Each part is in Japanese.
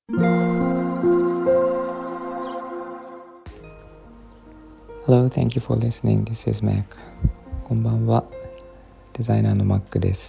Hello, thank you for listening. This is Mac. こんばんは。デザイナーの Mac です。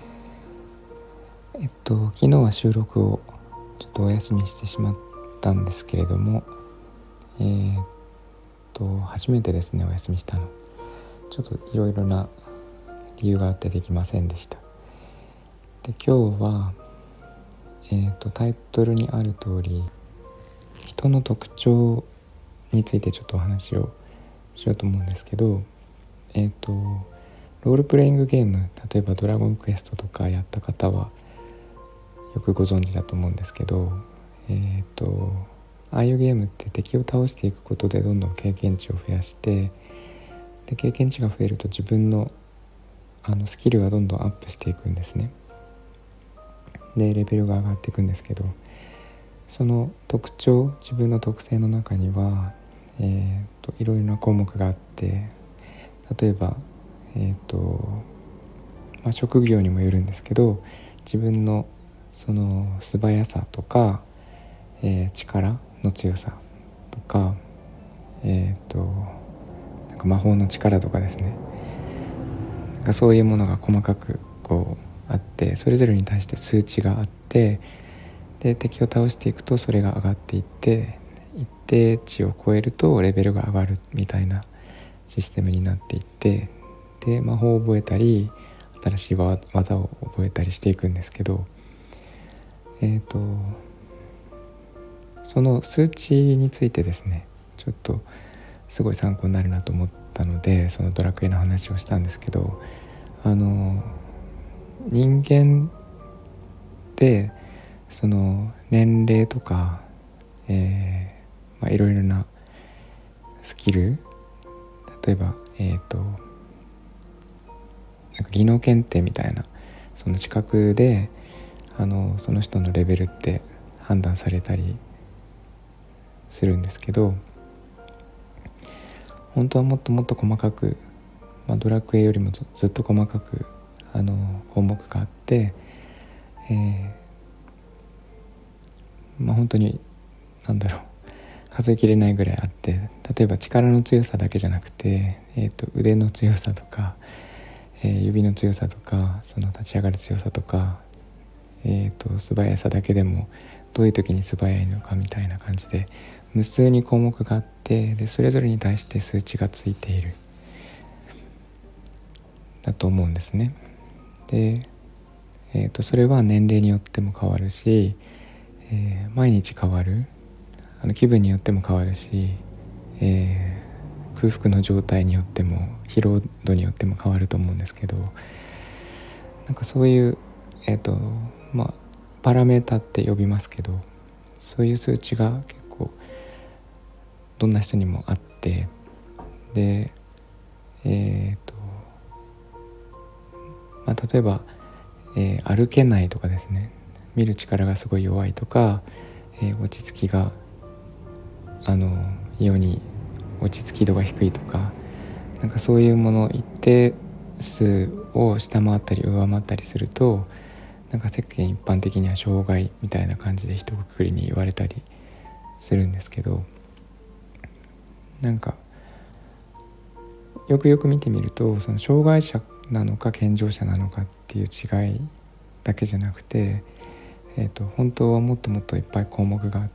昨日は収録をちょっとお休みしてしまったんですけれども、初めてですね、お休みしたの。ちょっといろいろな理由があってできませんでした。で、今日は、タイトルにある通り、人の特徴についてちょっとお話をしようと思うんですけど、ロールプレイングゲーム、例えばドラゴンクエストとかやった方はよくご存知だと思うんですけど、ああいうゲームって敵を倒していくことでどんどん経験値を増やして、で経験値が増えると自分のスキルがどんどんアップしていくんですね。でレベルが上がっていくんですけど、その特徴、自分の特性の中には、いろいろな項目があって、例えば職業にもよるんですけど、自分のその素早さとか、力の強さとか、なんか魔法の力とかですね、なんかそういうものが細かくこうあって、それぞれに対して数値があって、で敵を倒していくとそれが上がっていって、一定値を超えるとレベルが上がるみたいなシステムになっていって、で魔法を覚えたり新しい技を覚えたりしていくんですけど、その数値についてですね、ちょっとすごい参考になるなと思ったので、そのドラクエの話をしたんですけど、人間ってその年齢とか、いろいろなスキル、例えばなんか技能検定みたいなその資格でその人のレベルって判断されたりするんですけど、本当はもっともっと細かく、ドラクエよりもずっと細かく項目があって、本当に数えきれないぐらいあって、例えば力の強さだけじゃなくて、腕の強さとか、指の強さとか、その立ち上がる強さとか、素早さだけでもどういう時に素早いのかみたいな感じで無数に項目があって、でそれぞれに対して数値がついているだと思うんですね。で、それは年齢によっても変わるし、毎日変わる、気分によっても変わるし、空腹の状態によっても疲労度によっても変わると思うんですけど、なんかそういうパラメータって呼びますけど、そういう数値が結構どんな人にもあって、で例えば、歩けないとかですね、見る力がすごい弱いとか、落ち着きが異様に落ち着き度が低いとか、なんかそういうもの一定数を下回ったり上回ったりすると、なんか世間一般的には障害みたいな感じで一括りに言われたりするんですけど、なんかよくよく見てみると、その障害者なのか健常者なのかっていう違いだけじゃなくて、本当はもっともっといっぱい項目があって、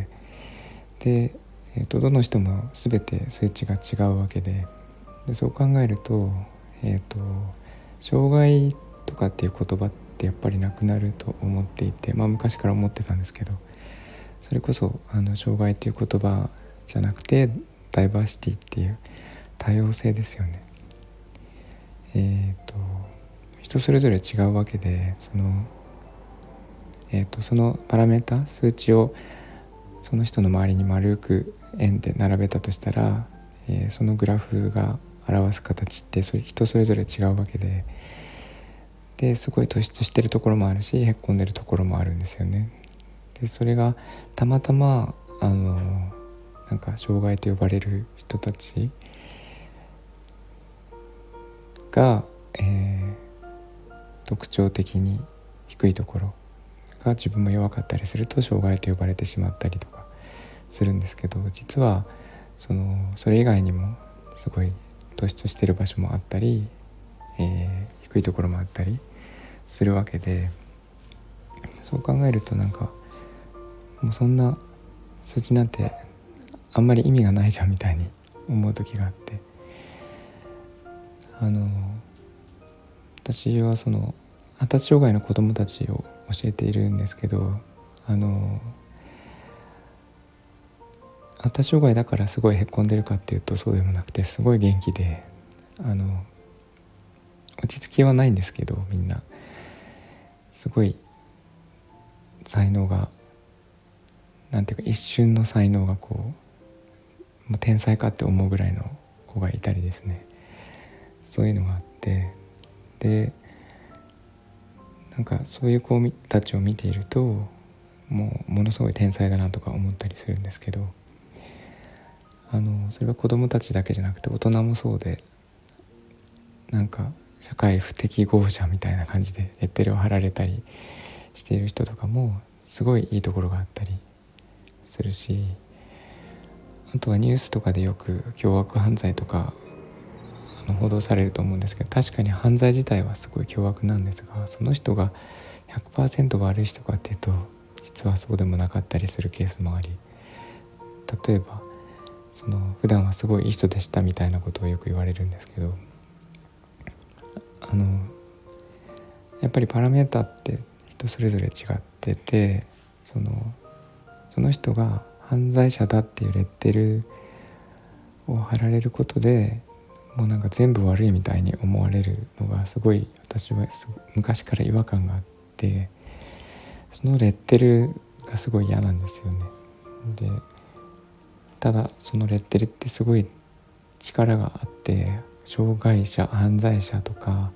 で、どの人も全て数値が違うわけで、そう考えると、障害とかっていう言葉ってやっぱりなくなると思っていて、昔から思ってたんですけど、それこそ障害っていう言葉じゃなくてダイバーシティっていう多様性ですよね。人それぞれ違うわけで、そのパラメータ、数値をその人の周りに丸く円で並べたとしたら、そのグラフが表す形って人それぞれ違うわけで、すごい突出してるところもあるし、へっこんでるところもあるんですよね。でそれがたまたまなんか障害と呼ばれる人たちが、特徴的に低いところが自分も弱かったりすると障害と呼ばれてしまったりとかするんですけど、実はそれ以外にもすごい突出してる場所もあったり、低いところもあったりするわけで、そう考えるとなんかもうそんな数値なんてあんまり意味がないじゃんみたいに思う時があって、私は発達障害の子どもたちを教えているんですけど、発達障害だからすごいへこんでるかっていうとそうでもなくて、すごい元気で落ち着きはないんですけど、みんなすごい才能がなんていうか一瞬の才能がもう天才かって思うぐらいの子がいたりですね、そういうのがあって、でなんかそういう子たちを見ているとものすごい天才だなとか思ったりするんですけど、それは子どもたちだけじゃなくて大人もそうで、なんか社会不適合者みたいな感じでレッテルを貼られたりしている人とかもすごいいいところがあったりするし、あとはニュースとかでよく凶悪犯罪とか報道されると思うんですけど、確かに犯罪自体はすごい凶悪なんですが、その人が 100% 悪い人かっていうと実はそうでもなかったりするケースもあり、例えば普段はすごいいい人でしたみたいなことをよく言われるんですけど、やっぱりパラメータって人それぞれ違ってて、その人が犯罪者だっていうレッテルを貼られることでもうなんか全部悪いみたいに思われるのがすごい私は昔から違和感があって、そのレッテルがすごい嫌なんですよね。でただそのレッテルってすごい力があって、障害者、犯罪者とか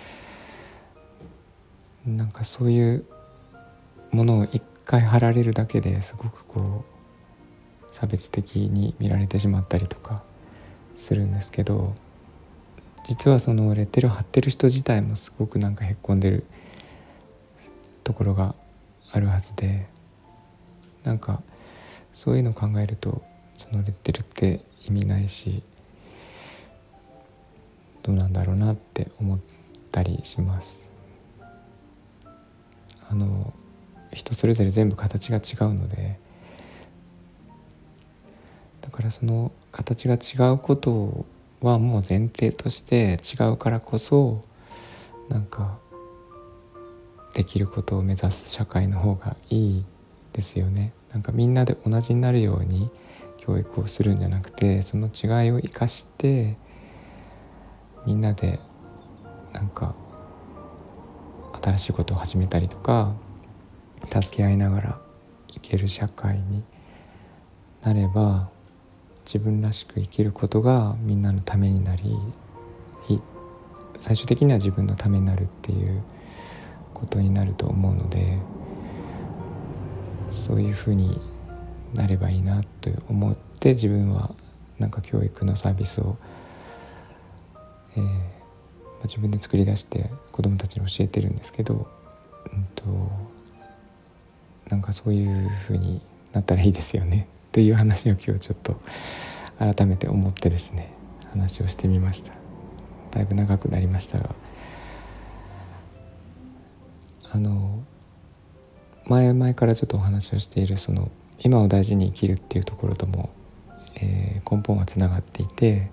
なんかそういうものを一回貼られるだけですごく差別的に見られてしまったりとかするんですけど、実はそのレッテルを貼ってる人自体もすごくなんかへっこんでるところがあるはずで、なんかそういうのを考えるとそのレッテルって意味ないし、どうなんだろうなって思ったりします。人それぞれ全部形が違うので、だからその形が違うことはもう前提として違うからこそなんかできることを目指す社会の方がいいですよね。なんかみんなで同じになるように教育をするんじゃなくて、その違いを生かしてみんなでなんか新しいことを始めたりとか助け合いながら生きる社会になれば、自分らしく生きることがみんなのためになり、最終的には自分のためになるっていうことになると思うので、そういうふうになればいいなと思って自分はなんか教育のサービスを、自分で作り出して子どもたちに教えてるんですけど、なんかそういうふうになったらいいですよねという話を今日ちょっと改めて思ってですね、話をしてみました。だいぶ長くなりましたが、前々からちょっとお話をしている今を大事に生きるっていうところとも、根本はつながっていて、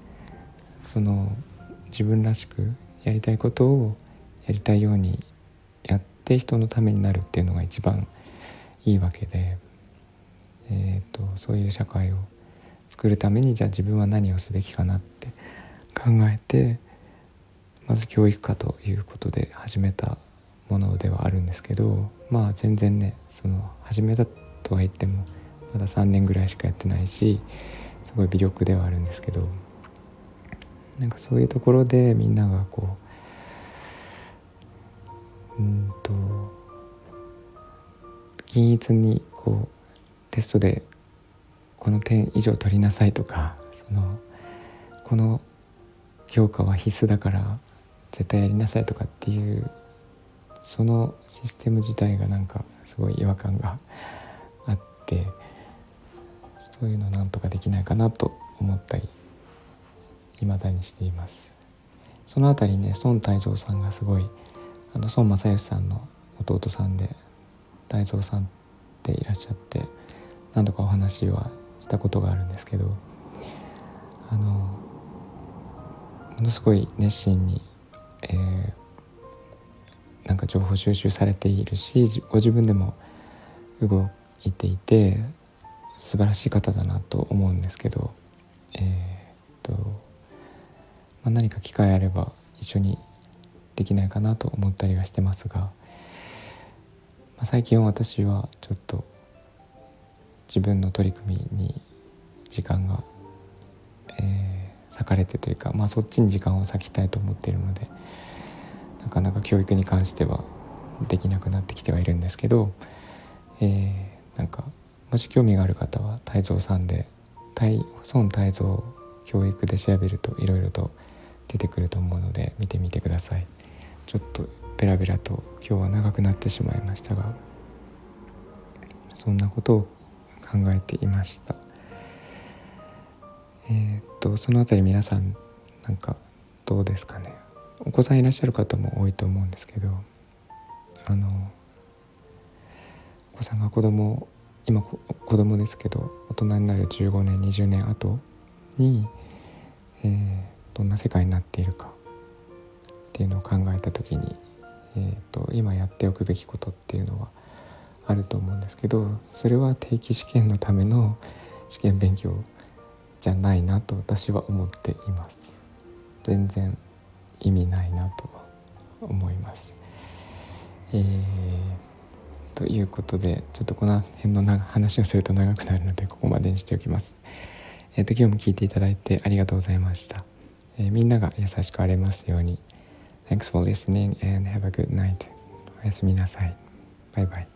自分らしくやりたいことをやりたいようにやって人のためになるっていうのが一番いいわけで、そういう社会を作るためにじゃあ自分は何をすべきかなって考えて、まず教育科ということで始めたものではあるんですけど、全然ね始めたとは言ってもまだ3年ぐらいしかやってないし、すごい微力ではあるんですけど、なんかそういうところでみんなが均一にテストでこの点以上取りなさいとか、この教科は必須だから絶対やりなさいとかっていうそのシステム自体がなんかすごい違和感があって、そういうのなんとかできないかなと思ったり未だにしています。そのあたりね、孫泰造さんがすごい孫正義さんの弟さんで泰造さんっていらっしゃって、何度かお話はしたことがあるんですけど、ものすごい熱心に、なんか情報収集されているし、ご自分でも動いていて素晴らしい方だなと思うんですけど、何か機会あれば一緒にできないかなと思ったりはしてますが、最近私はちょっと自分の取り組みに時間が、割かれてというか、そっちに時間を割きたいと思っているので、なかなか教育に関してはできなくなってきてはいるんですけど、なんかもし興味がある方は泰造さんで孫泰造教育で調べるといろいろと出てくると思うので見てみてください。ちょっとベラベラと今日は長くなってしまいましたが、そんなことを考えていました。そのあたり皆さんなんかどうですかね。お子さんいらっしゃる方も多いと思うんですけど、お子さんが今子供ですけど、大人になる15年20年後に、どんな世界になっているかっていうのを考えた時に、今やっておくべきことっていうのはあると思うんですけど、それは定期試験のための試験勉強じゃないなと私は思っています。全然意味ないなと思います。ということで、ちょっとこの辺の話をすると長くなるのでここまでにしておきます。今日も聞いていただいてありがとうございました。みんなが優しくあれますように。Thanks for listening and have a good night. おやすみなさい。バイバイ。